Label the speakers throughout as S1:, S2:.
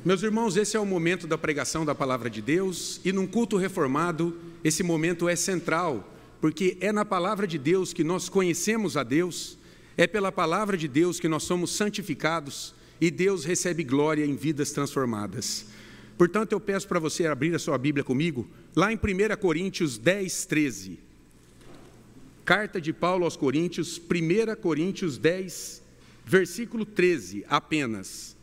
S1: Meus irmãos, esse é o momento da pregação da palavra de Deus, e num culto reformado, esse momento é central, porque é na palavra de Deus que nós conhecemos a Deus, é pela palavra de Deus que nós somos santificados, e Deus recebe glória em vidas transformadas. Portanto, eu peço para você abrir a sua Bíblia comigo, lá em 1 Coríntios 10, 13. Carta de Paulo aos Coríntios, 1 Coríntios 10, versículo 13, apenas.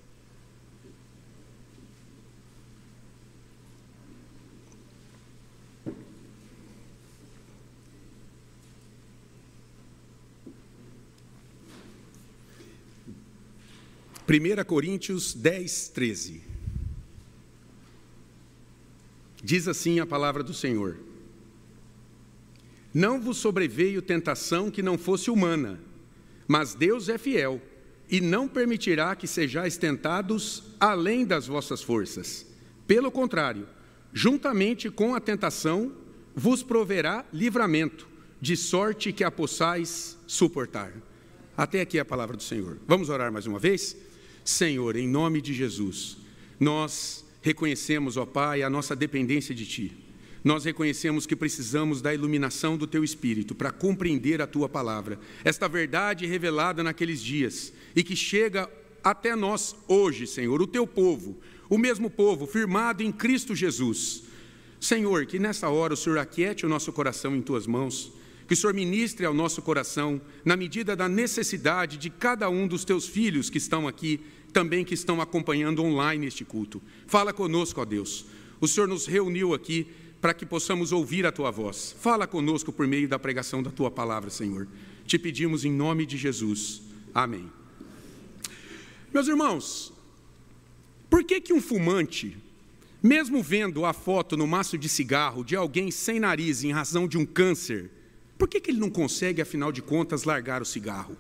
S1: Primeira Coríntios 10, 13. Diz assim a palavra do Senhor: Não vos sobreveio tentação que não fosse humana, mas Deus é fiel, e não permitirá que sejais tentados além das vossas forças. Pelo contrário, juntamente com a tentação, vos proverá livramento, de sorte que a possais suportar. Até aqui a palavra do Senhor. Vamos orar mais uma vez? Senhor, em nome de Jesus, nós reconhecemos, ó Pai, a nossa dependência de Ti. Nós reconhecemos que precisamos da iluminação do Teu Espírito para compreender a Tua palavra, esta verdade revelada naqueles dias e que chega até nós hoje, Senhor, o Teu povo, o mesmo povo firmado em Cristo Jesus. Senhor, que nessa hora o Senhor aquiete o nosso coração em Tuas mãos, que o Senhor ministre ao nosso coração, na medida da necessidade de cada um dos Teus filhos que estão aqui, também que estão acompanhando online este culto. Fala conosco, ó Deus. O Senhor nos reuniu aqui para que possamos ouvir a Tua voz. Fala conosco por meio da pregação da Tua palavra, Senhor. Te pedimos em nome de Jesus. Amém. Meus irmãos, por que um fumante, mesmo vendo a foto no maço de cigarro de alguém sem nariz em razão de um câncer, por que ele não consegue, afinal de contas, largar o cigarro?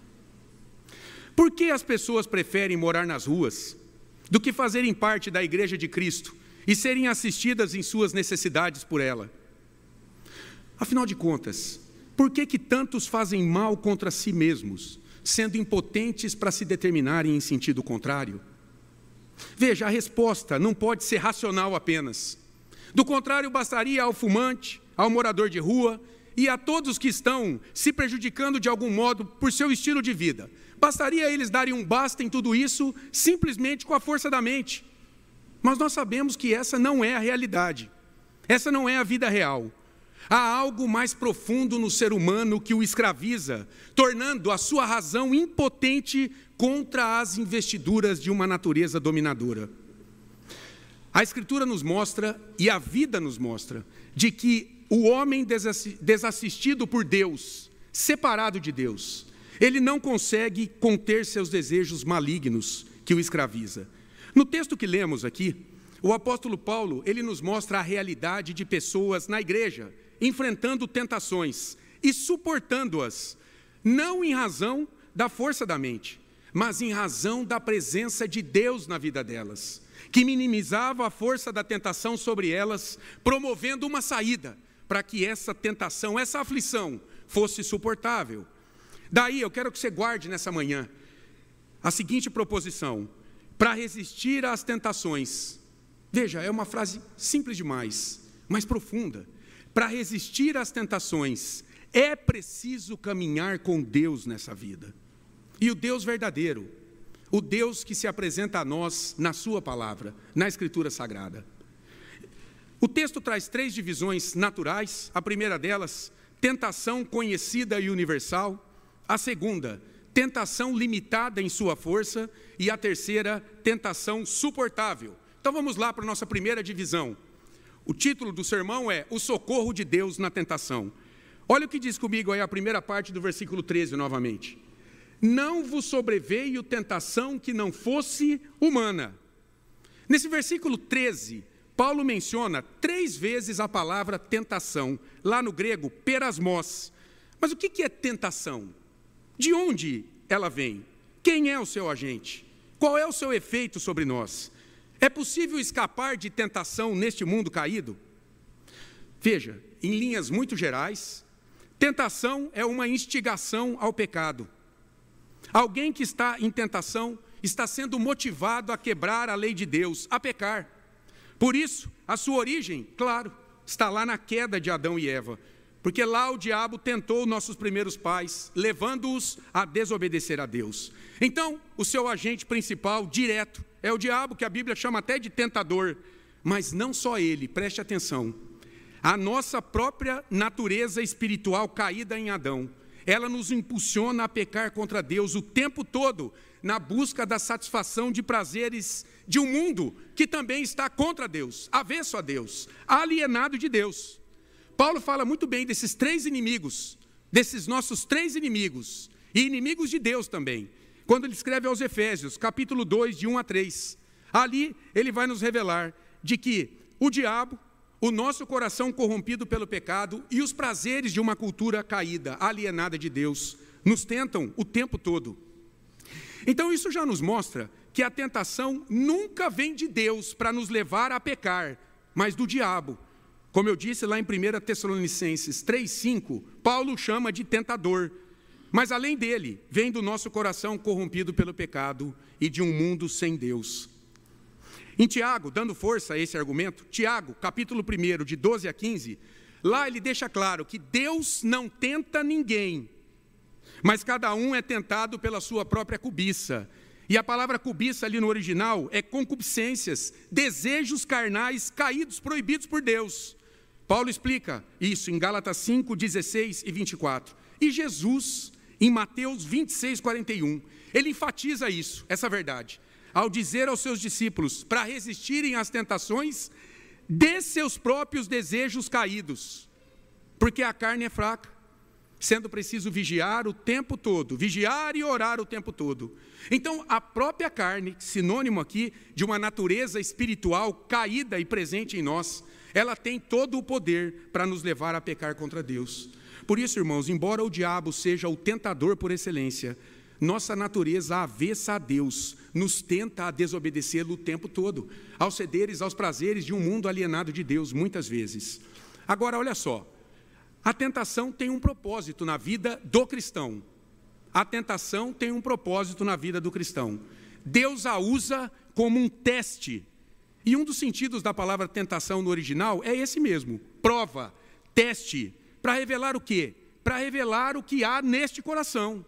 S1: Por que as pessoas preferem morar nas ruas do que fazerem parte da Igreja de Cristo e serem assistidas em suas necessidades por ela? Afinal de contas, por que tantos fazem mal contra si mesmos, sendo impotentes para se determinarem em sentido contrário? Veja, a resposta não pode ser racional apenas. Do contrário, bastaria ao fumante, ao morador de rua e a todos que estão se prejudicando de algum modo por seu estilo de vida. Bastaria eles darem um basta em tudo isso, simplesmente com a força da mente. Mas nós sabemos que essa não é a realidade. Essa não é a vida real. Há algo mais profundo no ser humano que o escraviza, tornando a sua razão impotente contra as investiduras de uma natureza dominadora. A Escritura nos mostra, e a vida nos mostra, de que o homem desassistido por Deus, separado de Deus, ele não consegue conter seus desejos malignos que o escraviza. No texto que lemos aqui, o apóstolo Paulo, ele nos mostra a realidade de pessoas na igreja, enfrentando tentações e suportando-as, não em razão da força da mente, mas em razão da presença de Deus na vida delas, que minimizava a força da tentação sobre elas, promovendo uma saída para que essa tentação, essa aflição, fosse suportável. Daí eu quero que você guarde nessa manhã a seguinte proposição: para resistir às tentações. Veja, é uma frase simples demais, mas profunda. Para resistir às tentações, é preciso caminhar com Deus nessa vida. E o Deus verdadeiro, o Deus que se apresenta a nós na sua palavra, na Escritura Sagrada. O texto traz 3 divisões naturais. A primeira delas, tentação conhecida e universal. A segunda, tentação limitada em sua força. E a terceira, tentação suportável. Então vamos lá para a nossa primeira divisão. O título do sermão é O Socorro de Deus na Tentação. Olha o que diz comigo aí a primeira parte do versículo 13 novamente. Não vos sobreveio tentação que não fosse humana. Nesse versículo 13, Paulo menciona 3 vezes a palavra tentação. Lá no grego, perasmos. Mas o que é tentação? De onde ela vem? Quem é o seu agente? Qual é o seu efeito sobre nós? É possível escapar de tentação neste mundo caído? Veja, em linhas muito gerais, tentação é uma instigação ao pecado. Alguém que está em tentação está sendo motivado a quebrar a lei de Deus, a pecar. Por isso, a sua origem, claro, está lá na queda de Adão e Eva, porque lá o diabo tentou nossos primeiros pais, levando-os a desobedecer a Deus. Então, o seu agente principal, direto, é o diabo, que a Bíblia chama até de tentador. Mas não só ele, preste atenção. A nossa própria natureza espiritual caída em Adão, ela nos impulsiona a pecar contra Deus o tempo todo, na busca da satisfação de prazeres de um mundo que também está contra Deus, avesso a Deus, alienado de Deus. Paulo fala muito bem desses três inimigos, desses nossos três inimigos, e inimigos de Deus também, quando ele escreve aos Efésios, capítulo 2, de 1 a 3. Ali ele vai nos revelar de que o diabo, o nosso coração corrompido pelo pecado e os prazeres de uma cultura caída, alienada de Deus, nos tentam o tempo todo. Então isso já nos mostra que a tentação nunca vem de Deus para nos levar a pecar, mas do diabo. Como eu disse lá em 1 Tessalonicenses 3,5, Paulo chama de tentador. Mas além dele, vem do nosso coração corrompido pelo pecado e de um mundo sem Deus. Em Tiago, dando força a esse argumento, Tiago, capítulo 1, de 12 a 15, lá ele deixa claro que Deus não tenta ninguém, mas cada um é tentado pela sua própria cobiça. E a palavra cobiça ali no original é concupiscências, desejos carnais caídos, proibidos por Deus. Paulo explica isso em Gálatas 5, 16 e 24. E Jesus, em Mateus 26, 41, ele enfatiza isso, essa verdade, ao dizer aos seus discípulos para resistirem às tentações de seus próprios desejos caídos, porque a carne é fraca, sendo preciso vigiar o tempo todo, vigiar e orar o tempo todo. Então, a própria carne, sinônimo aqui de uma natureza espiritual caída e presente em nós, ela tem todo o poder para nos levar a pecar contra Deus. Por isso, irmãos, embora o diabo seja o tentador por excelência, nossa natureza avessa a Deus nos tenta a desobedecê-lo o tempo todo, ao cederes aos prazeres de um mundo alienado de Deus, muitas vezes. Agora, olha só, a tentação tem um propósito na vida do cristão. A tentação tem um propósito na vida do cristão. Deus a usa como um teste. E um dos sentidos da palavra tentação no original é esse mesmo, prova, teste, para revelar o quê? Para revelar o que há neste coração.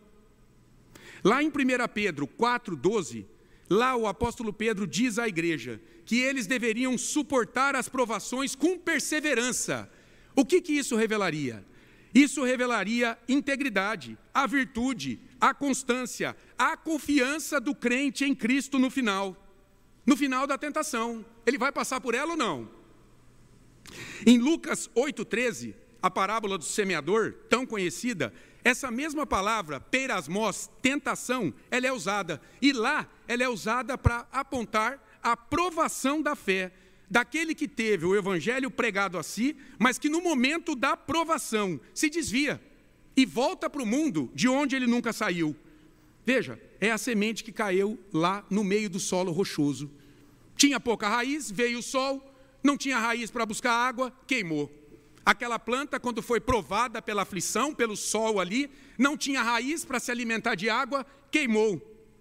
S1: Lá em 1 Pedro 4,12, lá o apóstolo Pedro diz à igreja que eles deveriam suportar as provações com perseverança. O que isso revelaria? Isso revelaria integridade, a virtude, a constância, a confiança do crente em Cristo no final da tentação. Ele vai passar por ela ou não? Em Lucas 8,13, a parábola do semeador, tão conhecida, essa mesma palavra, peirasmos, tentação, ela é usada. E lá, ela é usada para apontar a provação da fé daquele que teve o evangelho pregado a si, mas que no momento da provação se desvia e volta para o mundo de onde ele nunca saiu. Veja, é a semente que caiu lá no meio do solo rochoso. Tinha pouca raiz, veio o sol, não tinha raiz para buscar água, queimou. Aquela planta, quando foi provada pela aflição, pelo sol ali, não tinha raiz para se alimentar de água, queimou.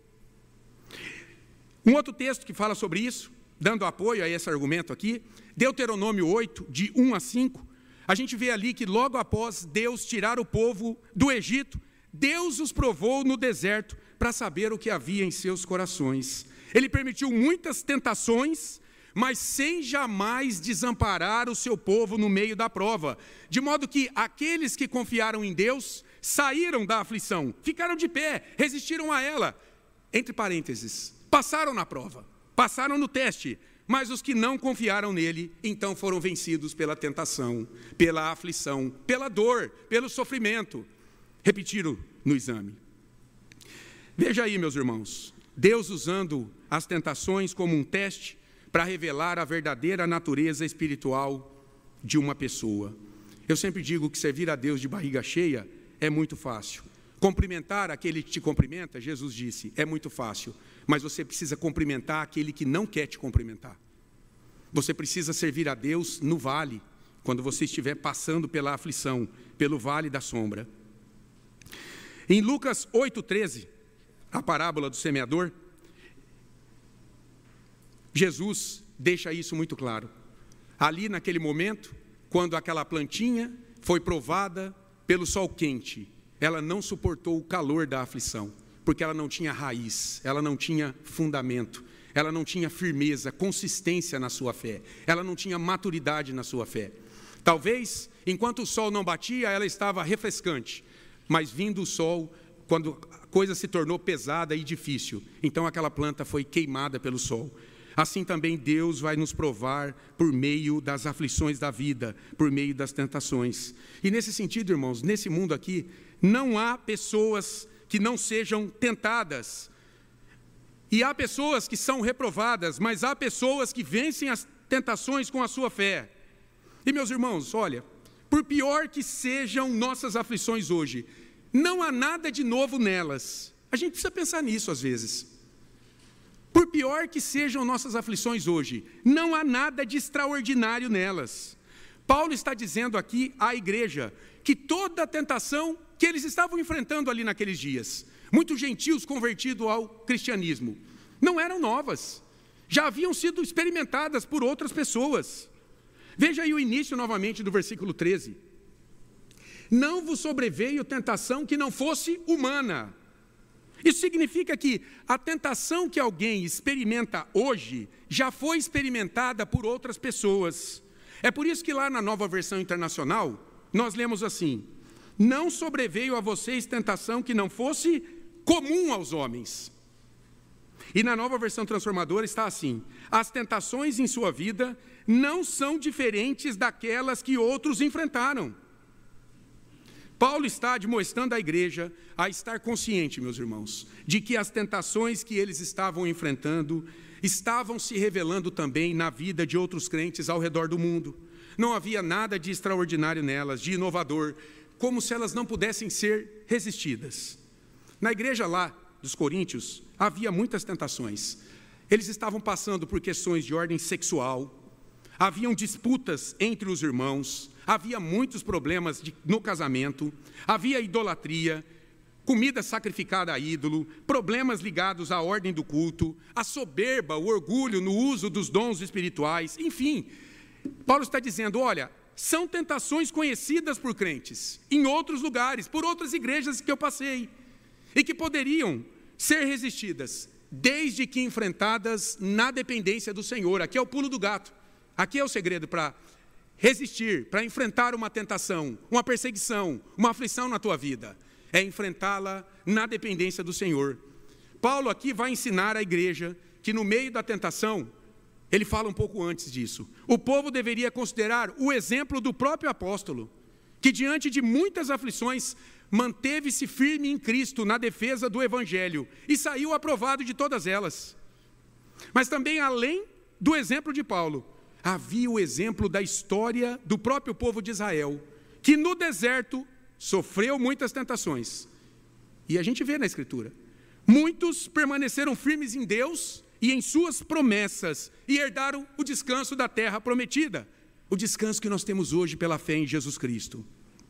S1: Um outro texto que fala sobre isso, dando apoio a esse argumento aqui, Deuteronômio 8, de 1 a 5, a gente vê ali que logo após Deus tirar o povo do Egito, Deus os provou no deserto para saber o que havia em seus corações. Ele permitiu muitas tentações, mas sem jamais desamparar o seu povo no meio da prova, de modo que aqueles que confiaram em Deus saíram da aflição, ficaram de pé, resistiram a ela, entre parênteses, passaram na prova, passaram no teste, mas os que não confiaram nele, então foram vencidos pela tentação, pela aflição, pela dor, pelo sofrimento, repetiram no exame. Veja aí, meus irmãos, Deus usando as tentações como um teste para revelar a verdadeira natureza espiritual de uma pessoa. Eu sempre digo que servir a Deus de barriga cheia é muito fácil. Cumprimentar aquele que te cumprimenta, Jesus disse, é muito fácil. Mas você precisa cumprimentar aquele que não quer te cumprimentar. Você precisa servir a Deus no vale, quando você estiver passando pela aflição, pelo vale da sombra. Em Lucas 8,13, a parábola do semeador, Jesus deixa isso muito claro. Ali naquele momento, quando aquela plantinha foi provada pelo sol quente, ela não suportou o calor da aflição, porque ela não tinha raiz, ela não tinha fundamento, ela não tinha firmeza, consistência na sua fé, ela não tinha maturidade na sua fé. Talvez, enquanto o sol não batia, ela estava refrescante, mas vindo o sol, quando a coisa se tornou pesada e difícil, então aquela planta foi queimada pelo sol. Assim também Deus vai nos provar por meio das aflições da vida, por meio das tentações. E nesse sentido, irmãos, nesse mundo aqui, não há pessoas que não sejam tentadas. E há pessoas que são reprovadas, mas há pessoas que vencem as tentações com a sua fé. E meus irmãos, olha, por pior que sejam nossas aflições hoje, não há nada de novo nelas. A gente precisa pensar nisso às vezes. Por pior que sejam nossas aflições hoje, não há nada de extraordinário nelas. Paulo está dizendo aqui à igreja que toda a tentação que eles estavam enfrentando ali naqueles dias, muitos gentios convertidos ao cristianismo, não eram novas, já haviam sido experimentadas por outras pessoas. Veja aí o início novamente do versículo 13. Não vos sobreveio tentação que não fosse humana. Isso significa que a tentação que alguém experimenta hoje já foi experimentada por outras pessoas. É por isso que lá na Nova Versão Internacional, nós lemos assim: não sobreveio a vocês tentação que não fosse comum aos homens. E na Nova Versão Transformadora está assim: as tentações em sua vida não são diferentes daquelas que outros enfrentaram. Paulo está admoestando a igreja a estar consciente, meus irmãos, de que as tentações que eles estavam enfrentando estavam se revelando também na vida de outros crentes ao redor do mundo. Não havia nada de extraordinário nelas, de inovador, como se elas não pudessem ser resistidas. Na igreja lá dos Coríntios, havia muitas tentações. Eles estavam passando por questões de ordem sexual, haviam disputas entre os irmãos, havia muitos problemas no casamento, havia idolatria, comida sacrificada a ídolo, problemas ligados à ordem do culto, a soberba, o orgulho no uso dos dons espirituais, enfim. Paulo está dizendo, olha, são tentações conhecidas por crentes, em outros lugares, por outras igrejas que eu passei, e que poderiam ser resistidas, desde que enfrentadas na dependência do Senhor. Aqui é o pulo do gato, aqui é o segredo para resistir, para enfrentar uma tentação, uma perseguição, uma aflição na tua vida, é enfrentá-la na dependência do Senhor. Paulo aqui vai ensinar à igreja que no meio da tentação, ele fala um pouco antes disso, o povo deveria considerar o exemplo do próprio apóstolo, que diante de muitas aflições, manteve-se firme em Cristo na defesa do Evangelho e saiu aprovado de todas elas. Mas também, além do exemplo de Paulo, havia o exemplo da história do próprio povo de Israel, que no deserto sofreu muitas tentações. E a gente vê na Escritura, muitos permaneceram firmes em Deus e em suas promessas, e herdaram o descanso da terra prometida, o descanso que nós temos hoje pela fé em Jesus Cristo.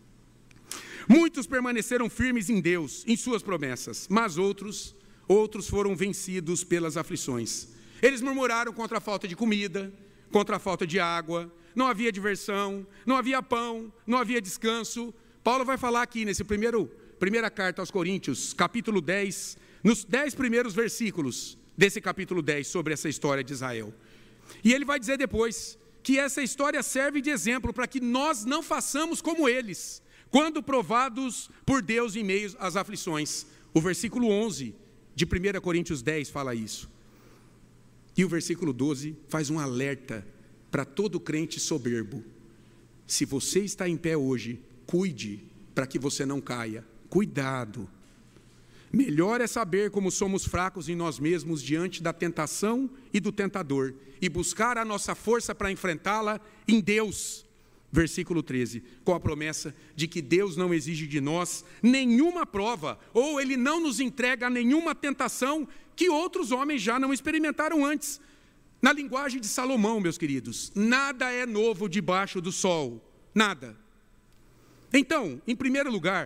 S1: Muitos permaneceram firmes em Deus, em suas promessas, mas outros foram vencidos pelas aflições. Eles murmuraram contra a falta de comida, contra a falta de água, não havia diversão, não havia pão, não havia descanso. Paulo vai falar aqui nesse primeira carta aos Coríntios, capítulo 10, nos 10 primeiros versículos desse capítulo 10, sobre essa história de Israel. E ele vai dizer depois que essa história serve de exemplo para que nós não façamos como eles, quando provados por Deus em meio às aflições. O versículo 11 de 1 Coríntios 10 fala isso. E o versículo 12 faz um alerta para todo crente soberbo. Se você está em pé hoje, cuide para que você não caia. Cuidado. Melhor é saber como somos fracos em nós mesmos diante da tentação e do tentador, e buscar a nossa força para enfrentá-la em Deus. Versículo 13, com a promessa de que Deus não exige de nós nenhuma prova, ou Ele não nos entrega nenhuma tentação que outros homens já não experimentaram antes. Na linguagem de Salomão, meus queridos, nada é novo debaixo do sol, nada. Então, em primeiro lugar,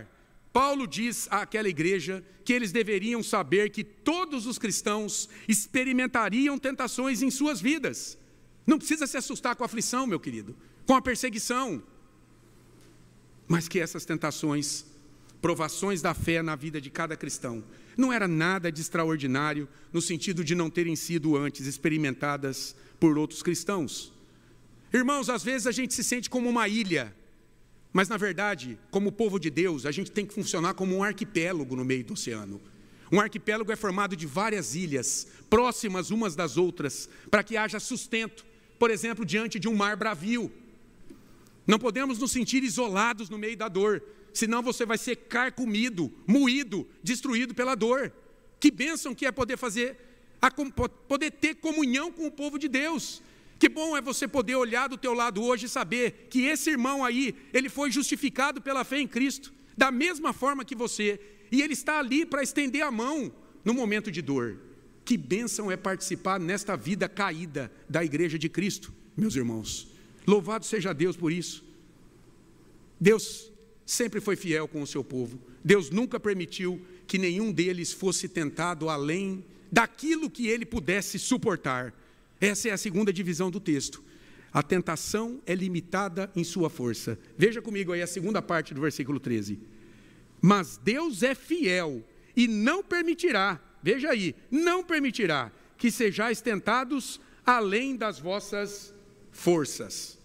S1: Paulo diz àquela igreja que eles deveriam saber que todos os cristãos experimentariam tentações em suas vidas. Não precisa se assustar com a aflição, meu querido, com a perseguição. Mas que essas tentações, provações da fé na vida de cada cristão, não era nada de extraordinário no sentido de não terem sido antes experimentadas por outros cristãos. Irmãos, às vezes a gente se sente como uma ilha, mas na verdade, como povo de Deus, a gente tem que funcionar como um arquipélago no meio do oceano. Um arquipélago é formado de várias ilhas, próximas umas das outras, para que haja sustento, por exemplo, diante de um mar bravio. Não podemos nos sentir isolados no meio da dor, senão você vai ser carcomido, moído, destruído pela dor. Que bênção que é poder poder ter comunhão com o povo de Deus. Que bom é você poder olhar do teu lado hoje e saber que esse irmão aí, ele foi justificado pela fé em Cristo, da mesma forma que você, e ele está ali para estender a mão no momento de dor. Que bênção é participar nesta vida caída da igreja de Cristo, meus irmãos. Louvado seja Deus por isso. Deus sempre foi fiel com o seu povo. Deus nunca permitiu que nenhum deles fosse tentado além daquilo que ele pudesse suportar. Essa é a segunda divisão do texto. A tentação é limitada em sua força. Veja comigo aí a segunda parte do versículo 13. Mas Deus é fiel e não permitirá, veja aí, não permitirá que sejais tentados além das vossas forças.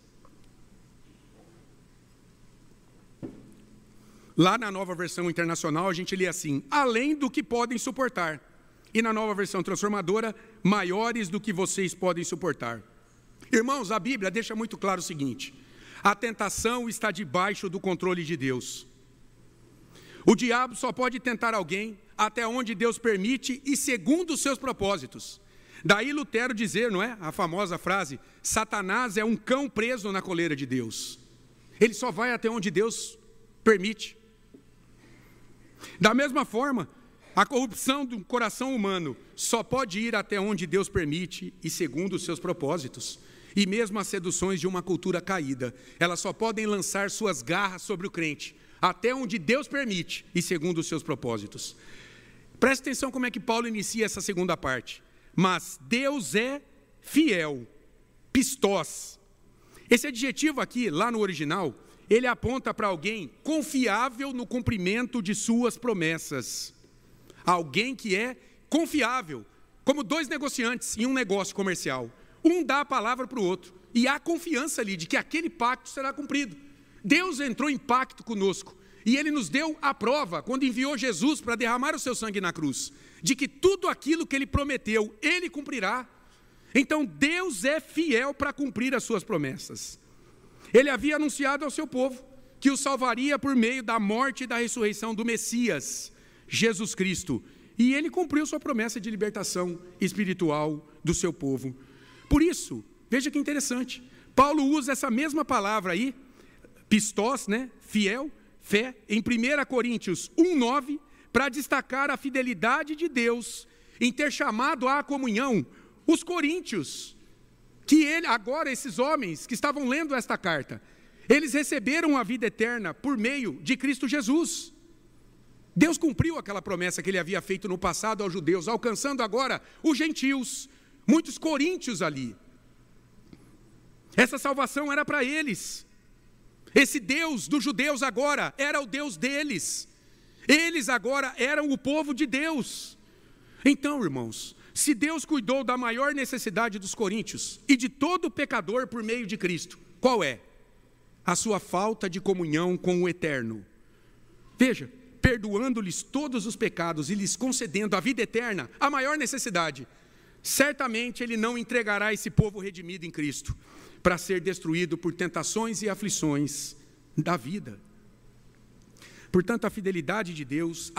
S1: Lá na Nova Versão Internacional a gente lê assim: além do que podem suportar. E na Nova Versão Transformadora, maiores do que vocês podem suportar. Irmãos, a Bíblia deixa muito claro o seguinte: a tentação está debaixo do controle de Deus. O diabo só pode tentar alguém até onde Deus permite e segundo os seus propósitos. Daí Lutero dizer, não é? A famosa frase: Satanás é um cão preso na coleira de Deus. Ele só vai até onde Deus permite. Da mesma forma, a corrupção do coração humano só pode ir até onde Deus permite e segundo os seus propósitos. E mesmo as seduções de uma cultura caída, elas só podem lançar suas garras sobre o crente, até onde Deus permite e segundo os seus propósitos. Preste atenção como é que Paulo inicia essa segunda parte. Mas Deus é fiel, pistós. Esse adjetivo aqui, lá no original, ele aponta para alguém confiável no cumprimento de suas promessas. Alguém que é confiável, como dois negociantes em um negócio comercial. Um dá a palavra para o outro, e há confiança ali de que aquele pacto será cumprido. Deus entrou em pacto conosco, e Ele nos deu a prova, quando enviou Jesus para derramar o seu sangue na cruz, de que tudo aquilo que Ele prometeu, Ele cumprirá. Então Deus é fiel para cumprir as suas promessas. Ele havia anunciado ao seu povo que o salvaria por meio da morte e da ressurreição do Messias, Jesus Cristo, e ele cumpriu sua promessa de libertação espiritual do seu povo. Por isso, veja que interessante, Paulo usa essa mesma palavra aí, pistós, né, fiel, fé, em 1 Coríntios 1:9, para destacar a fidelidade de Deus em ter chamado à comunhão os coríntios, que agora esses homens que estavam lendo esta carta, eles receberam a vida eterna por meio de Cristo Jesus. Deus cumpriu aquela promessa que ele havia feito no passado aos judeus, alcançando agora os gentios, muitos coríntios ali. Essa salvação era para eles. Esse Deus dos judeus agora era o Deus deles. Eles agora eram o povo de Deus. Então, irmãos, se Deus cuidou da maior necessidade dos coríntios e de todo pecador por meio de Cristo, qual é? A sua falta de comunhão com o Eterno. Veja, perdoando-lhes todos os pecados e lhes concedendo a vida eterna, a maior necessidade, certamente Ele não entregará esse povo redimido em Cristo para ser destruído por tentações e aflições da vida. Portanto, a fidelidade de Deus,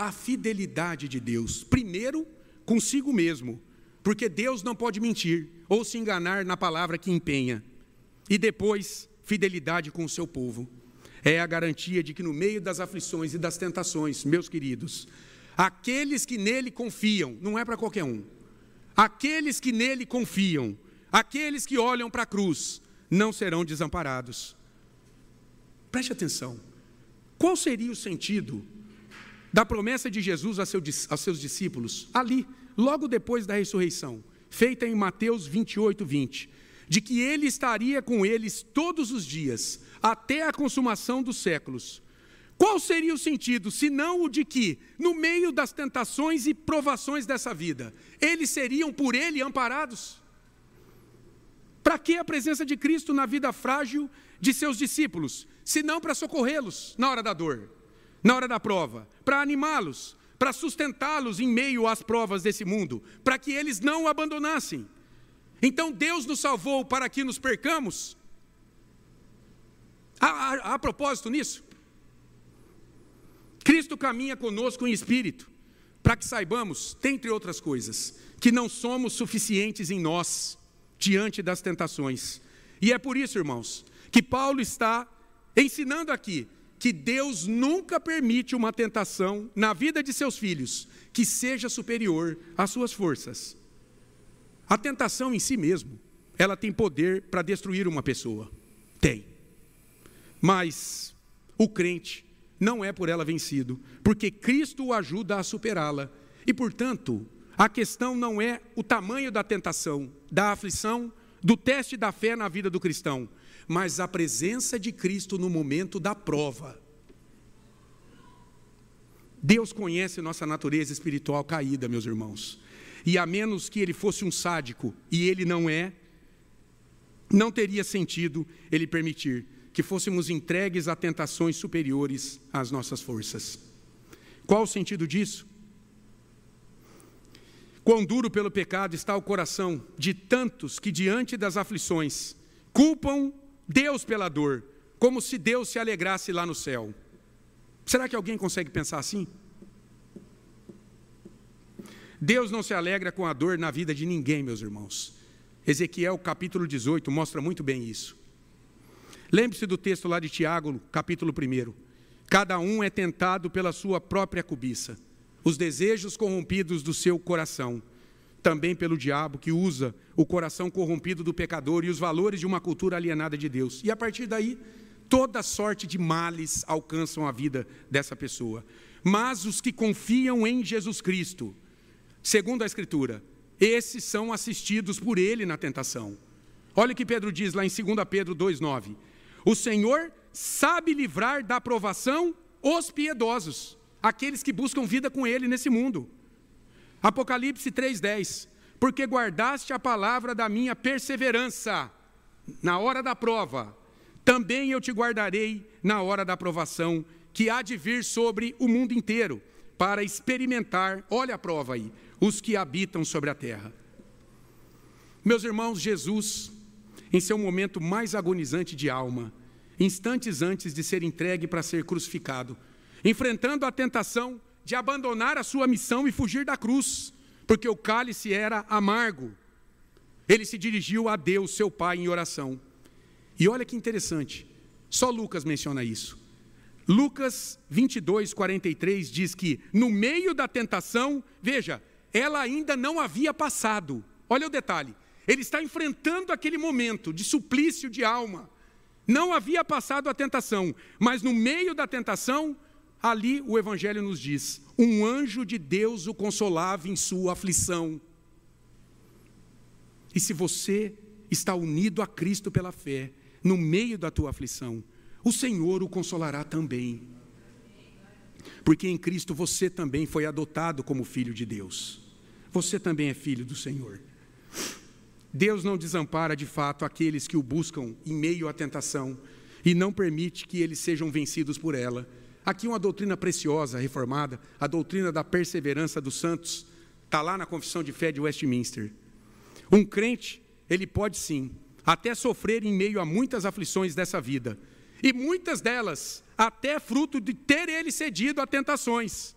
S1: primeiro consigo mesmo, porque Deus não pode mentir ou se enganar na palavra que empenha, e depois, fidelidade com o seu povo. É a garantia de que no meio das aflições e das tentações, meus queridos, aqueles que nele confiam, não é para qualquer um, aqueles que nele confiam, aqueles que olham para a cruz, não serão desamparados. Preste atenção, qual seria o sentido da promessa de Jesus aos seus discípulos, ali, logo depois da ressurreição, feita em Mateus 28, 20, de que ele estaria com eles todos os dias, até a consumação dos séculos. Qual seria o sentido, senão o de que, no meio das tentações e provações dessa vida, eles seriam por ele amparados? Para que a presença de Cristo na vida frágil de seus discípulos, se não para socorrê-los na hora da dor, na hora da prova, para animá-los, para sustentá-los em meio às provas desse mundo, para que eles não o abandonassem? Então Deus nos salvou para que nos percamos? Há propósito nisso? Cristo caminha conosco em espírito, para que saibamos, dentre outras coisas, que não somos suficientes em nós, diante das tentações. E é por isso, irmãos, que Paulo está ensinando aqui, que Deus nunca permite uma tentação na vida de seus filhos, que seja superior às suas forças. A tentação em si mesmo, ela tem poder para destruir uma pessoa. Tem. Mas o crente não é por ela vencido, porque Cristo o ajuda a superá-la. E, portanto, a questão não é o tamanho da tentação, da aflição, do teste da fé na vida do cristão, mas a presença de Cristo no momento da prova. Deus conhece nossa natureza espiritual caída, meus irmãos. E a menos que ele fosse um sádico, e ele não é, não teria sentido ele permitir que fôssemos entregues a tentações superiores às nossas forças. Qual o sentido disso? Quão duro pelo pecado está o coração de tantos que diante das aflições culpam Deus pela dor, como se Deus se alegrasse lá no céu. Será que alguém consegue pensar assim? Deus não se alegra com a dor na vida de ninguém, meus irmãos. Ezequiel capítulo 18 mostra muito bem isso. Lembre-se do texto lá de Tiago, capítulo 1. Cada um é tentado pela sua própria cobiça, os desejos corrompidos do seu coração, também pelo diabo que usa o coração corrompido do pecador e os valores de uma cultura alienada de Deus. E a partir daí, toda sorte de males alcançam a vida dessa pessoa. Mas os que confiam em Jesus Cristo, segundo a Escritura, esses são assistidos por Ele na tentação. Olha o que Pedro diz lá em 2 Pedro 2,9. O Senhor sabe livrar da provação os piedosos, aqueles que buscam vida com Ele nesse mundo. Apocalipse 3,10. Porque guardaste a palavra da minha perseverança na hora da prova, também eu te guardarei na hora da provação, que há de vir sobre o mundo inteiro, para experimentar, olha a prova aí, os que habitam sobre a terra. Meus irmãos, Jesus, em seu momento mais agonizante de alma, instantes antes de ser entregue para ser crucificado, enfrentando a tentação de abandonar a sua missão e fugir da cruz, porque o cálice era amargo, ele se dirigiu a Deus, seu Pai, em oração. E olha que interessante, só Lucas menciona isso. Lucas 22:43 diz que no meio da tentação, veja, ela ainda não havia passado. Olha o detalhe, ele está enfrentando aquele momento de suplício de alma. Não havia passado a tentação, mas no meio da tentação, ali o Evangelho nos diz, um anjo de Deus o consolava em sua aflição. E se você está unido a Cristo pela fé, no meio da tua aflição, o Senhor o consolará também. Porque em Cristo você também foi adotado como filho de Deus. Você também é filho do Senhor. Deus não desampara de fato aqueles que o buscam em meio à tentação e não permite que eles sejam vencidos por ela. Aqui uma doutrina preciosa, reformada, a doutrina da perseverança dos santos, está lá na Confissão de Fé de Westminster. Um crente, ele pode sim, até sofrer em meio a muitas aflições dessa vida, e muitas delas até fruto de ter ele cedido a tentações.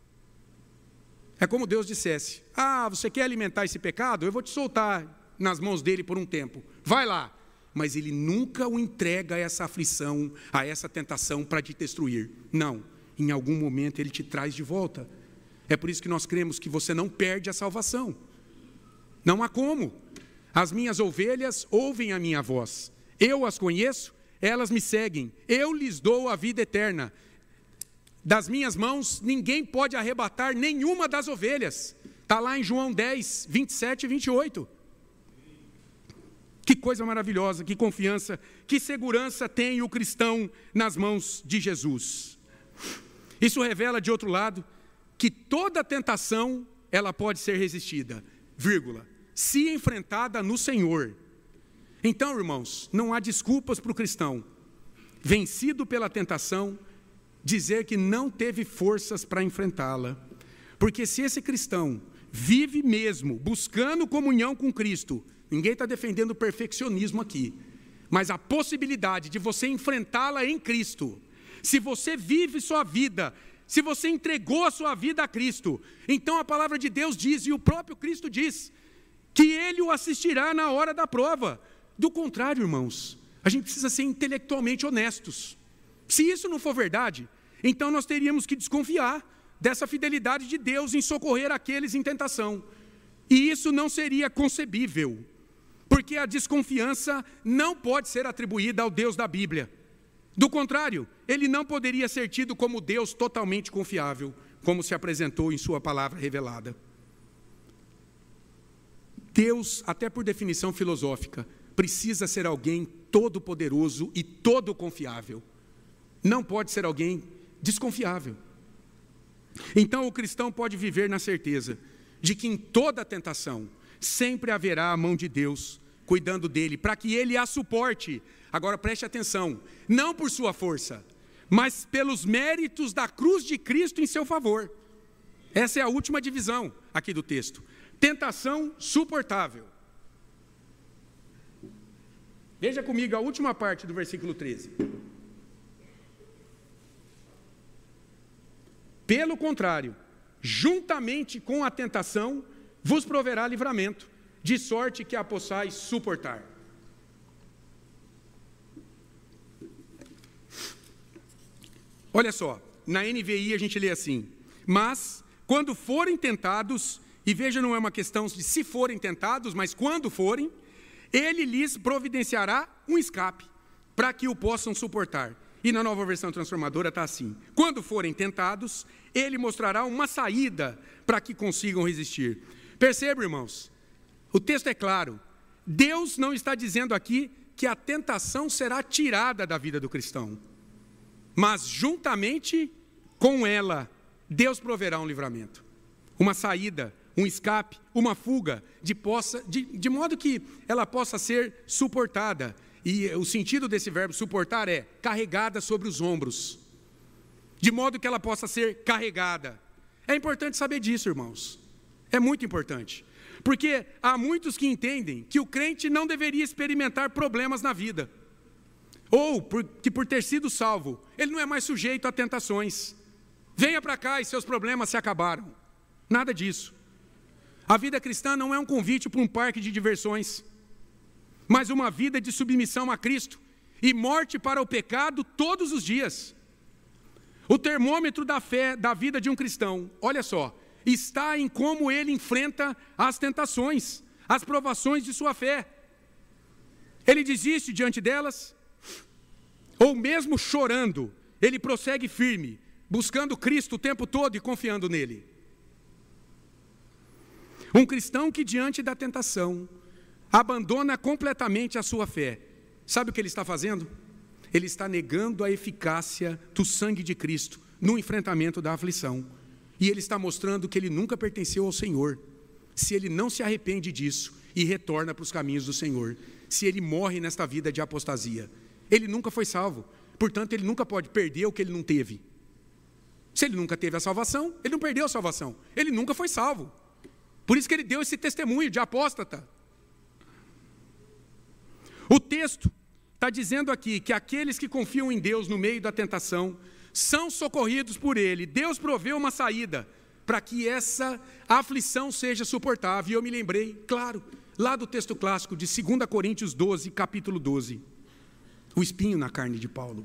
S1: É como Deus dissesse, você quer alimentar esse pecado? Eu vou te soltar nas mãos dele por um tempo, vai lá. Mas ele nunca o entrega a essa aflição, a essa tentação para te destruir. Não, em algum momento ele te traz de volta. É por isso que nós cremos que você não perde a salvação. Não há como. As minhas ovelhas ouvem a minha voz. Eu as conheço, elas me seguem. Eu lhes dou a vida eterna. das minhas mãos ninguém pode arrebatar nenhuma das ovelhas. Está lá em João 10, 27 e 28. Que coisa maravilhosa, que confiança, que segurança tem o cristão nas mãos de Jesus. Isso revela, de outro lado, que toda tentação, ela pode ser resistida, vírgula, se enfrentada no Senhor. Então, irmãos, não há desculpas para o cristão, vencido pela tentação, dizer que não teve forças para enfrentá-la. Porque se esse cristão vive mesmo buscando comunhão com Cristo, ninguém está defendendo o perfeccionismo aqui, mas a possibilidade de você enfrentá-la em Cristo, se você vive sua vida, se você entregou a sua vida a Cristo, então a palavra de Deus diz, e o próprio Cristo diz, que Ele o assistirá na hora da prova. Do contrário, irmãos, a gente precisa ser intelectualmente honestos. Se isso não for verdade, então nós teríamos que desconfiar dessa fidelidade de Deus em socorrer aqueles em tentação. E isso não seria concebível, porque a desconfiança não pode ser atribuída ao Deus da Bíblia. Do contrário, Ele não poderia ser tido como Deus totalmente confiável, como se apresentou em sua palavra revelada. Deus, até por definição filosófica, precisa ser alguém todo-poderoso e todo-confiável. Não pode ser alguém desconfiável. Então o cristão pode viver na certeza de que em toda tentação sempre haverá a mão de Deus cuidando dele, para que ele a suporte. Agora preste atenção, não por sua força, mas pelos méritos da cruz de Cristo em seu favor. Essa é a última divisão aqui do texto. Tentação suportável. Veja comigo a última parte do versículo 13. Pelo contrário, juntamente com a tentação, vos proverá livramento, de sorte que a possais suportar. Olha só, na NVI a gente lê assim, mas quando forem tentados, e veja, não é uma questão de se forem tentados, mas quando forem, Ele lhes providenciará um escape, para que o possam suportar. E na Nova Versão Transformadora está assim, quando forem tentados, Ele mostrará uma saída para que consigam resistir. Perceba, irmãos, o texto é claro, Deus não está dizendo aqui que a tentação será tirada da vida do cristão, mas juntamente com ela, Deus proverá um livramento, uma saída, um escape, uma fuga, de modo que ela possa ser suportada. E o sentido desse verbo suportar é carregada sobre os ombros, de modo que ela possa ser carregada. É importante saber disso, irmãos, é muito importante, porque há muitos que entendem que o crente não deveria experimentar problemas na vida, ou que por ter sido salvo, ele não é mais sujeito a tentações. Venha para cá e seus problemas se acabaram. Nada disso. A vida cristã não é um convite para um parque de diversões, mas uma vida de submissão a Cristo e morte para o pecado todos os dias. O termômetro da fé da vida de um cristão, olha só, está em como ele enfrenta as tentações, as provações de sua fé. Ele desiste diante delas, ou mesmo chorando, ele prossegue firme, buscando Cristo o tempo todo e confiando nele. Um cristão que diante da tentação abandona completamente a sua fé, sabe o que ele está fazendo? Ele está negando a eficácia do sangue de Cristo no enfrentamento da aflição. E ele está mostrando que ele nunca pertenceu ao Senhor, se ele não se arrepende disso e retorna para os caminhos do Senhor, se ele morre nesta vida de apostasia. Ele nunca foi salvo, portanto ele nunca pode perder o que ele não teve. Se ele nunca teve a salvação, ele não perdeu a salvação, ele nunca foi salvo. Por isso que ele deu esse testemunho de apóstata. O texto está dizendo aqui que aqueles que confiam em Deus no meio da tentação são socorridos por Ele. Deus proveu uma saída para que essa aflição seja suportável. E eu me lembrei, claro, lá do texto clássico de 2 Coríntios 12, capítulo 12. O espinho na carne de Paulo.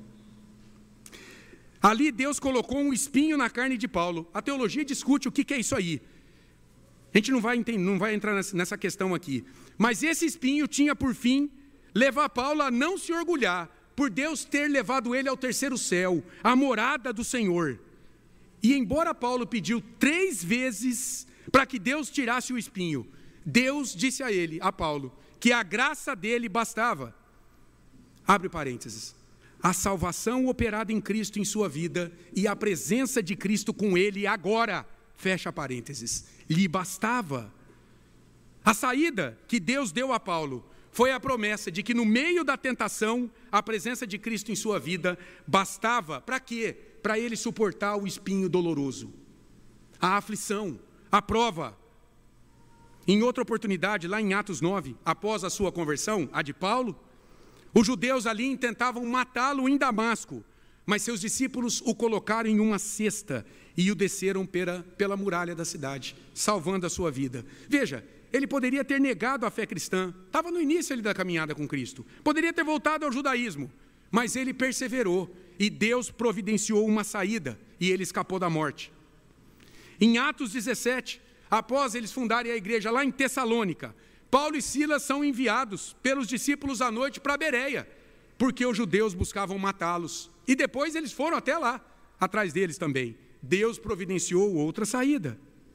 S1: Ali Deus colocou um espinho na carne de Paulo. A teologia discute o que é isso aí. A gente não vai entrar nessa questão aqui. Mas esse espinho tinha por fim levar Paulo a não se orgulhar por Deus ter levado ele ao terceiro céu, a morada do Senhor. E embora Paulo pediu 3 vezes para que Deus tirasse o espinho, Deus disse a ele, a Paulo, que a graça dele bastava. Abre parênteses. A salvação operada em Cristo em sua vida e a presença de Cristo com ele agora, fecha parênteses, lhe bastava. A saída que Deus deu a Paulo foi a promessa de que no meio da tentação, a presença de Cristo em sua vida bastava. Para quê? Para ele suportar o espinho doloroso, a aflição, a prova. Em outra oportunidade, lá em Atos 9, após a sua conversão, a de Paulo, os judeus ali tentavam matá-lo em Damasco, mas seus discípulos o colocaram em uma cesta e o desceram pela muralha da cidade, salvando a sua vida. Veja, ele poderia ter negado a fé cristã, estava no início da caminhada com Cristo, poderia ter voltado ao judaísmo, mas ele perseverou e Deus providenciou uma saída e ele escapou da morte. Em Atos 17, após eles fundarem a igreja lá em Tessalônica, Paulo e Silas são enviados pelos discípulos à noite para Bereia, porque os judeus buscavam matá-los. E depois eles foram até lá, atrás deles também. Deus providenciou outra saída.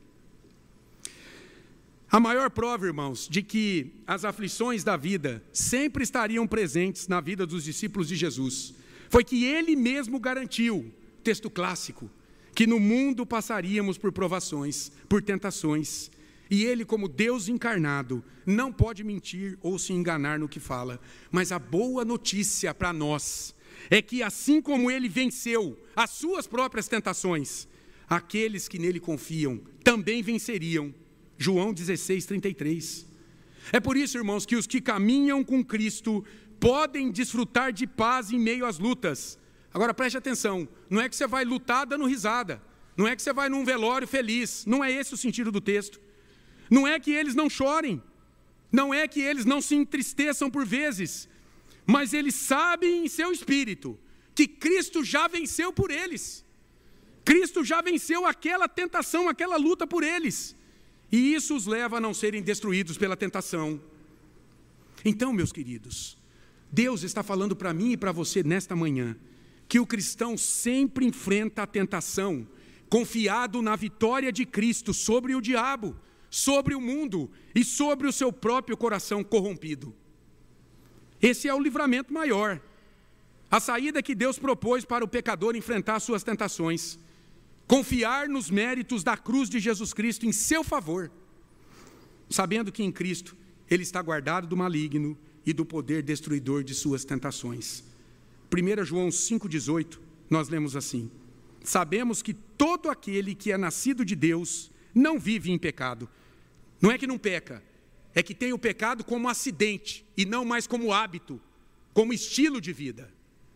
S1: A maior prova, irmãos, de que as aflições da vida sempre estariam presentes na vida dos discípulos de Jesus, foi que ele mesmo garantiu, texto clássico, que no mundo passaríamos por provações, por tentações, e ele, como Deus encarnado, não pode mentir ou se enganar no que fala. Mas a boa notícia para nós é que assim como ele venceu as suas próprias tentações, aqueles que nele confiam também venceriam. João 16:33. É por isso, irmãos, que os que caminham com Cristo podem desfrutar de paz em meio às lutas. Agora preste atenção, não é que você vai lutar dando risada, não é que você vai num velório feliz, não é esse o sentido do texto. Não é que eles não chorem, não é que eles não se entristeçam por vezes, mas eles sabem em seu espírito que Cristo já venceu por eles. Cristo já venceu aquela tentação, aquela luta por eles. E isso os leva a não serem destruídos pela tentação. Então, meus queridos, Deus está falando para mim e para você nesta manhã, que o cristão sempre enfrenta a tentação, confiado na vitória de Cristo sobre o diabo, sobre o mundo e sobre o seu próprio coração corrompido. Esse é o livramento maior, a saída que Deus propôs para o pecador enfrentar suas tentações, confiar nos méritos da cruz de Jesus Cristo em seu favor, sabendo que em Cristo ele está guardado do maligno e do poder destruidor de suas tentações. 1 João 5,18, nós lemos assim: sabemos que todo aquele que é nascido de Deus não vive em pecado. Não é que não peca, é que tem o pecado como acidente e não mais como hábito, como estilo de vida.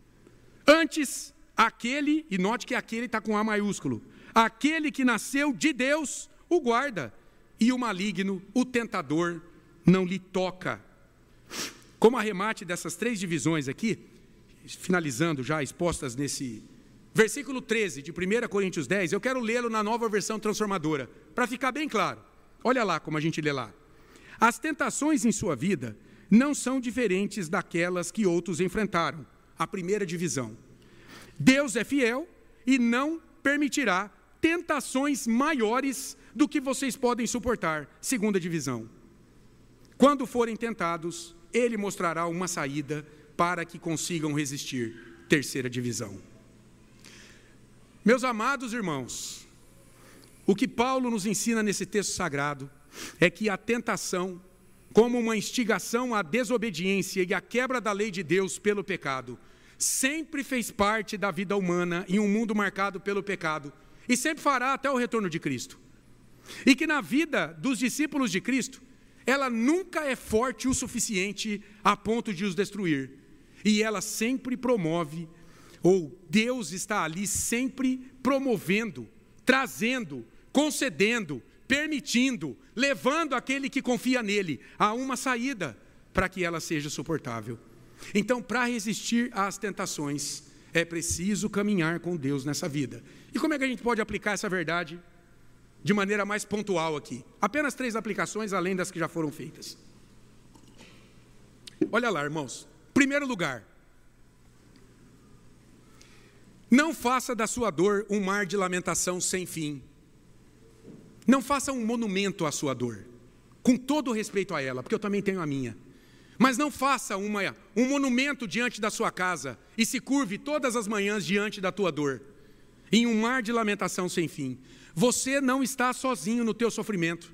S1: Antes, aquele, e note que aquele está com A maiúsculo, aquele que nasceu de Deus o guarda, e o maligno, o tentador, não lhe toca. Como arremate dessas 3 divisões aqui, finalizando já expostas nesse versículo 13 de 1 Coríntios 10, eu quero lê-lo na Nova Versão Transformadora, para ficar bem claro. Olha lá como a gente lê lá. As tentações em sua vida não são diferentes daquelas que outros enfrentaram. A primeira divisão. Deus é fiel e não permitirá tentações maiores do que vocês podem suportar. Segunda divisão. Quando forem tentados, Ele mostrará uma saída para que consigam resistir. Terceira divisão. Meus amados irmãos, o que Paulo nos ensina nesse texto sagrado é que a tentação, como uma instigação à desobediência e à quebra da lei de Deus pelo pecado, sempre fez parte da vida humana em um mundo marcado pelo pecado e sempre fará até o retorno de Cristo. E que na vida dos discípulos de Cristo, ela nunca é forte o suficiente a ponto de os destruir. E ela sempre promove, ou Deus está ali sempre promovendo, trazendo, concedendo, permitindo, levando aquele que confia nele a uma saída para que ela seja suportável. Então, para resistir às tentações, é preciso caminhar com Deus nessa vida. E como é que a gente pode aplicar essa verdade de maneira mais pontual aqui? Apenas 3 aplicações, além das que já foram feitas. Olha lá, irmãos. Primeiro lugar, Não faça da sua dor um mar de lamentação sem fim. Não faça um monumento à sua dor, com todo o respeito a ela, porque eu também tenho a minha. Mas não faça um monumento diante da sua casa e se curve todas as manhãs diante da tua dor, em um mar de lamentação sem fim. Você não está sozinho no teu sofrimento.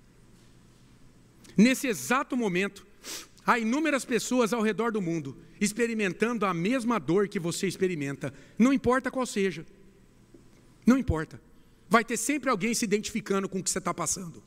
S1: Nesse exato momento, há inúmeras pessoas ao redor do mundo experimentando a mesma dor que você experimenta, não importa qual seja, não importa. Vai ter sempre alguém se identificando com o que você está passando.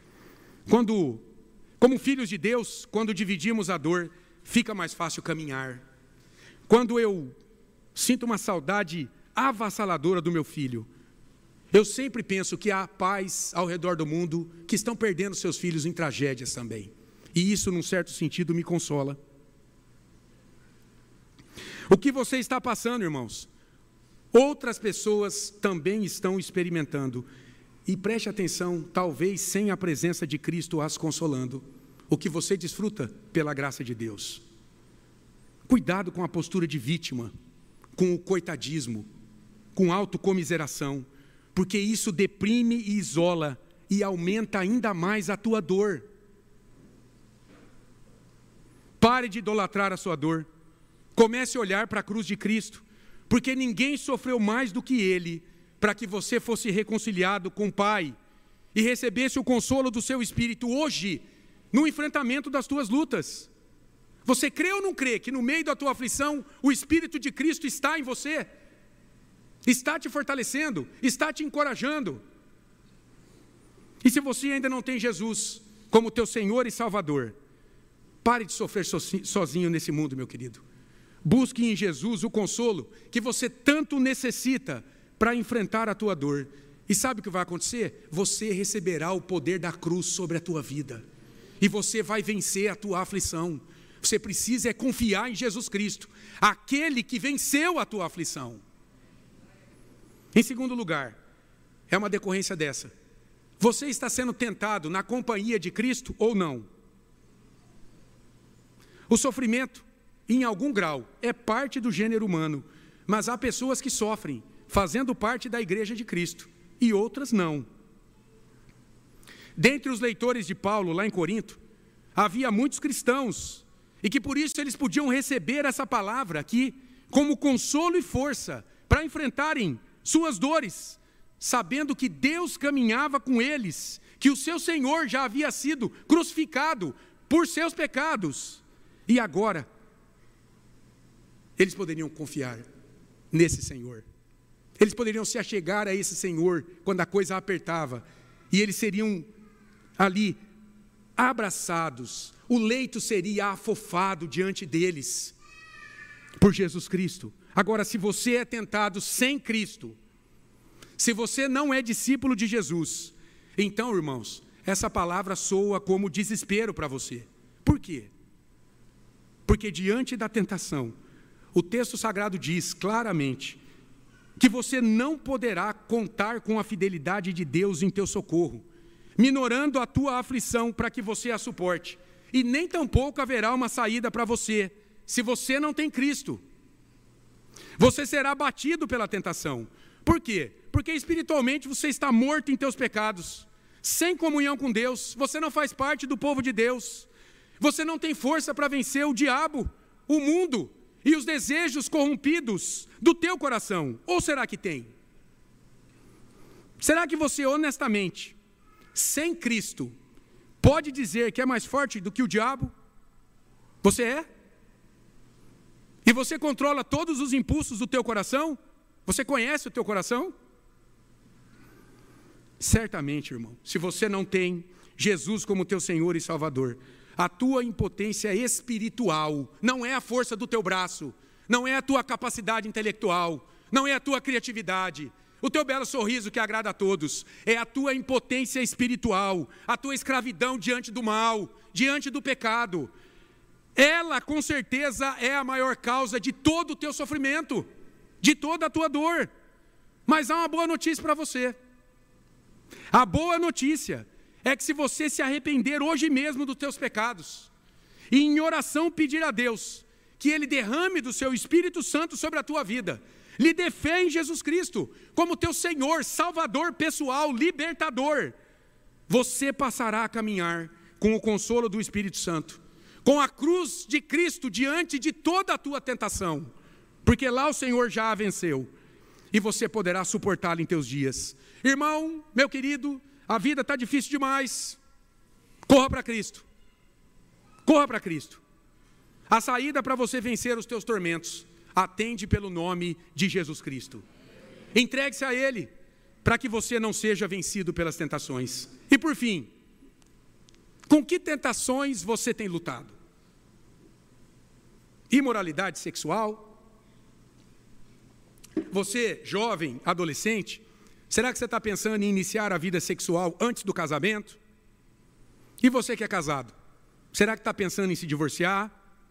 S1: Como filhos de Deus, quando dividimos a dor, fica mais fácil caminhar. Quando eu sinto uma saudade avassaladora do meu filho, eu sempre penso que há pais ao redor do mundo que estão perdendo seus filhos em tragédias também. E isso, num certo sentido, me consola. O que você está passando, irmãos? Outras pessoas também estão experimentando. E preste atenção, talvez sem a presença de Cristo as consolando. O que você desfruta pela graça de Deus. Cuidado com a postura de vítima, com o coitadismo, com autocomiseração, porque isso deprime e isola e aumenta ainda mais a tua dor. Pare de idolatrar a sua dor. Comece a olhar para a cruz de Cristo, porque ninguém sofreu mais do que Ele, para que você fosse reconciliado com o Pai e recebesse o consolo do seu Espírito hoje, no enfrentamento das tuas lutas. Você crê ou não crê que no meio da tua aflição, o Espírito de Cristo está em você? Está te fortalecendo, está te encorajando. E se você ainda não tem Jesus como teu Senhor e Salvador, pare de sofrer sozinho nesse mundo, meu querido. Busque em Jesus o consolo que você tanto necessita para enfrentar a tua dor. E sabe o que vai acontecer? Você receberá o poder da cruz sobre a tua vida. E você vai vencer a tua aflição. Você precisa confiar em Jesus Cristo, aquele que venceu a tua aflição. Em segundo lugar, é uma decorrência dessa. Você está sendo tentado na companhia de Cristo ou não? O sofrimento, em algum grau, é parte do gênero humano, mas há pessoas que sofrem, fazendo parte da igreja de Cristo, e outras não. Dentre os leitores de Paulo, lá em Corinto, havia muitos cristãos, e que por isso eles podiam receber essa palavra aqui, como consolo e força, para enfrentarem suas dores, sabendo que Deus caminhava com eles, que o seu Senhor já havia sido crucificado por seus pecados, e agora, eles poderiam confiar nesse Senhor. Eles poderiam se achegar a esse Senhor quando a coisa apertava. E eles seriam ali abraçados. O leito seria afofado diante deles por Jesus Cristo. Agora, se você é tentado sem Cristo, se você não é discípulo de Jesus, então, irmãos, essa palavra soa como desespero para você. Por quê? Porque diante da tentação, o texto sagrado diz claramente que você não poderá contar com a fidelidade de Deus em teu socorro, minorando a tua aflição para que você a suporte. E nem tampouco haverá uma saída para você, se você não tem Cristo. Você será abatido pela tentação. Por quê? Porque espiritualmente você está morto em teus pecados, sem comunhão com Deus, você não faz parte do povo de Deus. Você não tem força para vencer o diabo, o mundo e os desejos corrompidos do teu coração. Ou será que tem? Será que você honestamente, sem Cristo, pode dizer que é mais forte do que o diabo? Você é? E você controla todos os impulsos do teu coração? Você conhece o teu coração? Certamente, irmão, se você não tem Jesus como teu Senhor e Salvador, a tua impotência espiritual não é a força do teu braço, não é a tua capacidade intelectual, não é a tua criatividade, o teu belo sorriso que agrada a todos, é a tua impotência espiritual, a tua escravidão diante do mal, diante do pecado. Ela, com certeza, é a maior causa de todo o teu sofrimento, de toda a tua dor. Mas há uma boa notícia para você. A boa notícia é que se você se arrepender hoje mesmo dos teus pecados, e em oração pedir a Deus que Ele derrame do seu Espírito Santo sobre a tua vida, lhe dê fé em Jesus Cristo, como teu Senhor, Salvador pessoal, libertador. Você passará a caminhar com o consolo do Espírito Santo, com a cruz de Cristo diante de toda a tua tentação, porque lá o Senhor já a venceu, e você poderá suportá-la em teus dias. Irmão, meu querido, a vida está difícil demais. Corra para Cristo. Corra para Cristo. A saída para você vencer os teus tormentos, atende pelo nome de Jesus Cristo. Entregue-se a Ele, para que você não seja vencido pelas tentações. E por fim, com que tentações você tem lutado? Imoralidade sexual? Você, jovem, adolescente, será que você está pensando em iniciar a vida sexual antes do casamento? E você que é casado, será que está pensando em se divorciar?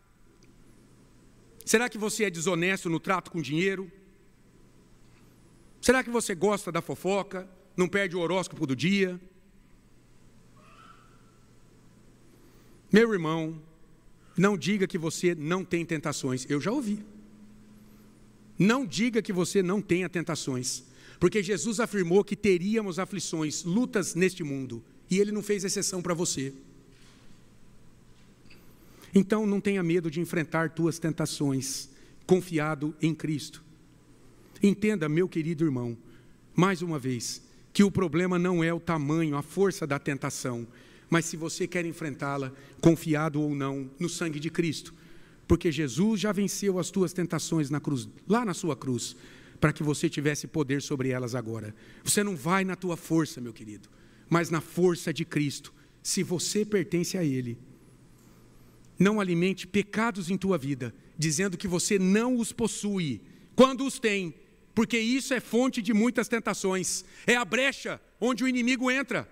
S1: Será que você é desonesto no trato com dinheiro? Será que você gosta da fofoca, não perde o horóscopo do dia? Meu irmão, não diga que você não tem tentações. Eu já ouvi. Não diga que você não tenha tentações, porque Jesus afirmou que teríamos aflições, lutas neste mundo, e Ele não fez exceção para você. Então não tenha medo de enfrentar tuas tentações, confiado em Cristo. Entenda, meu querido irmão, mais uma vez, que o problema não é o tamanho, a força da tentação, mas se você quer enfrentá-la, confiado ou não, no sangue de Cristo. Porque Jesus já venceu as tuas tentações na cruz, lá na sua cruz, para que você tivesse poder sobre elas agora. Você não vai na tua força, meu querido, mas na força de Cristo, se você pertence a Ele. Não alimente pecados em tua vida, dizendo que você não os possui, quando os tem, porque isso é fonte de muitas tentações, é a brecha onde o inimigo entra.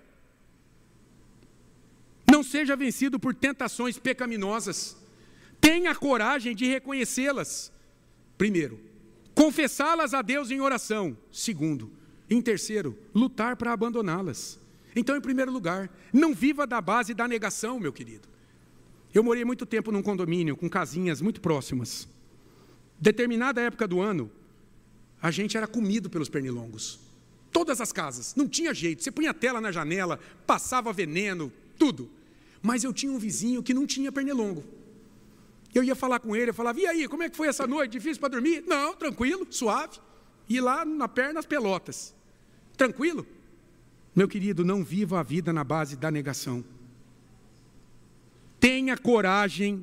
S1: Não seja vencido por tentações pecaminosas, tenha coragem de reconhecê-las. Primeiro, confessá-las a Deus em oração. Segundo, em terceiro, lutar para abandoná-las. Então, em primeiro lugar, não viva da base da negação, meu querido. Eu morei muito tempo num condomínio com casinhas muito próximas. Determinada época do ano, a gente era comido pelos pernilongos. Todas as casas, não tinha jeito. Você punha tela na janela, passava veneno, tudo. Mas eu tinha um vizinho que não tinha pernilongo. Eu ia falar com ele, eu falava, e aí, como é que foi essa noite? Difícil para dormir? Não, tranquilo, suave. E lá na perna as pelotas. Tranquilo? Meu querido, não viva a vida na base da negação. Tenha coragem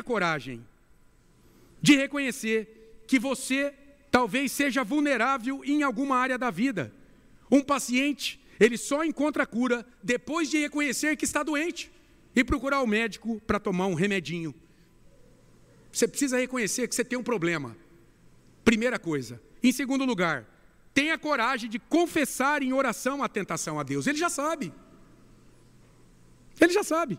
S1: de reconhecer que você talvez seja vulnerável em alguma área da vida. Um paciente, ele só encontra cura depois de reconhecer que está doente e procurar o médico para tomar um remedinho. Você precisa reconhecer que você tem um problema. Primeira coisa. Em segundo lugar, tenha coragem de confessar em oração a tentação a Deus. Ele já sabe. Ele já sabe.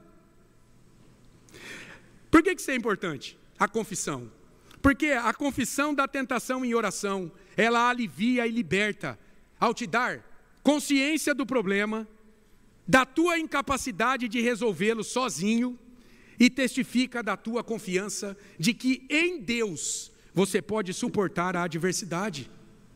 S1: Por que isso é importante? A confissão. Porque a confissão da tentação em oração, ela alivia e liberta, ao te dar consciência do problema, da tua incapacidade de resolvê-lo sozinho, e testifica da tua confiança de que em Deus você pode suportar a adversidade.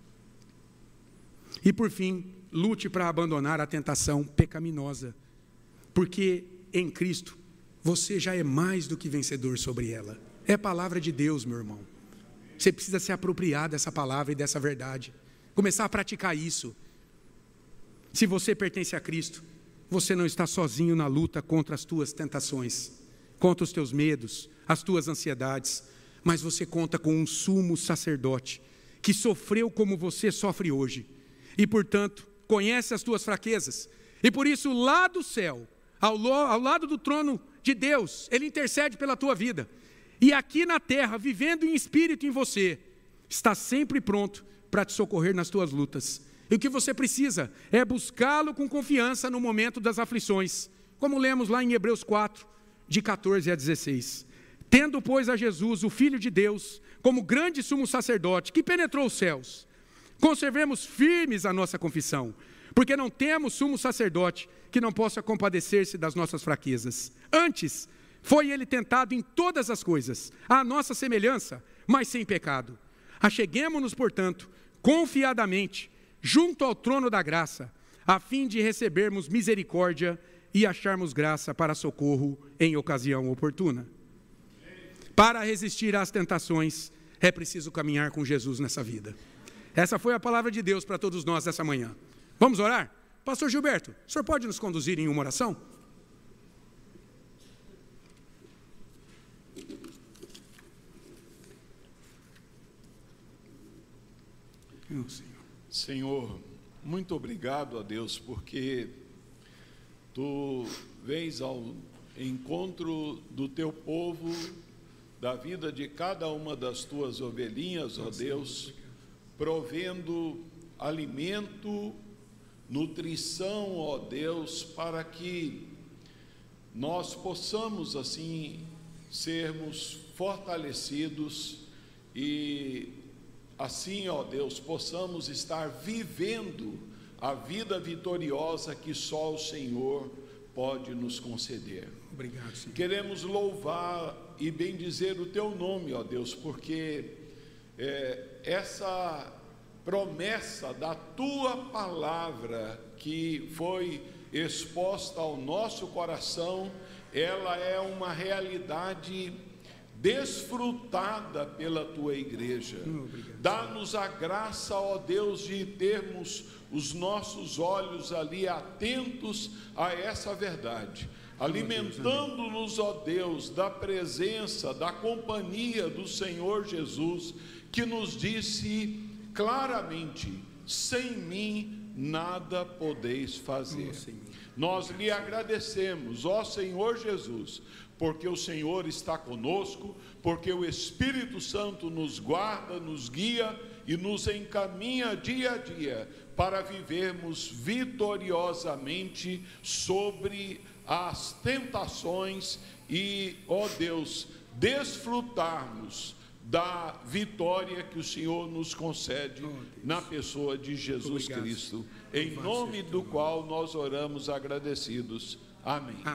S1: E por fim, lute para abandonar a tentação pecaminosa, porque em Cristo você já é mais do que vencedor sobre ela. É a palavra de Deus, meu irmão. Você precisa se apropriar dessa palavra e dessa verdade, começar a praticar isso. Se você pertence a Cristo, você não está sozinho na luta contra as tuas tentações, contra os teus medos, as tuas ansiedades, mas você conta com um sumo sacerdote que sofreu como você sofre hoje e, portanto, conhece as tuas fraquezas. E por isso, lá do céu, ao lado do trono de Deus, Ele intercede pela tua vida. E aqui na terra, vivendo em espírito em você, está sempre pronto para te socorrer nas tuas lutas. E o que você precisa é buscá-lo com confiança no momento das aflições, como lemos lá em Hebreus 4, de 14 a 16. Tendo, pois, a Jesus, o Filho de Deus, como grande sumo sacerdote, que penetrou os céus, conservemos firmes a nossa confissão, porque não temos sumo sacerdote que não possa compadecer-se das nossas fraquezas. Antes, foi ele tentado em todas as coisas, à nossa semelhança, mas sem pecado. Acheguemo-nos, portanto, confiadamente, junto ao trono da graça, a fim de recebermos misericórdia e acharmos graça para socorro em ocasião oportuna. Para resistir às tentações, é preciso caminhar com Jesus nessa vida. Essa foi a palavra de Deus para todos nós essa manhã. Vamos orar? Pastor Gilberto, o senhor pode nos conduzir em uma oração?
S2: Senhor, muito obrigado a Deus, porque Tu vens ao encontro do Teu povo, da vida de cada uma das Tuas ovelhinhas, ó Deus, provendo alimento, nutrição, ó Deus, para que nós possamos assim sermos fortalecidos e assim, ó Deus, possamos estar vivendo a vida vitoriosa que só o Senhor pode nos conceder.
S1: Obrigado, Senhor.
S2: Queremos louvar e bendizer o Teu nome, ó Deus, porque essa promessa da Tua palavra que foi exposta ao nosso coração, ela é uma realidade desfrutada pela Tua igreja. Dá-nos a graça, ó Deus, de termos os nossos olhos ali atentos a essa verdade, alimentando-nos, ó Deus, da presença, da companhia do Senhor Jesus, que nos disse claramente: sem mim nada podeis fazer. Nós lhe agradecemos, ó Senhor Jesus, porque o Senhor está conosco, porque o Espírito Santo nos guarda, nos guia e nos encaminha dia a dia para vivermos vitoriosamente sobre as tentações e, ó Deus, desfrutarmos da vitória que o Senhor nos concede na pessoa de Jesus Cristo, em nome do qual nós oramos agradecidos. Amém.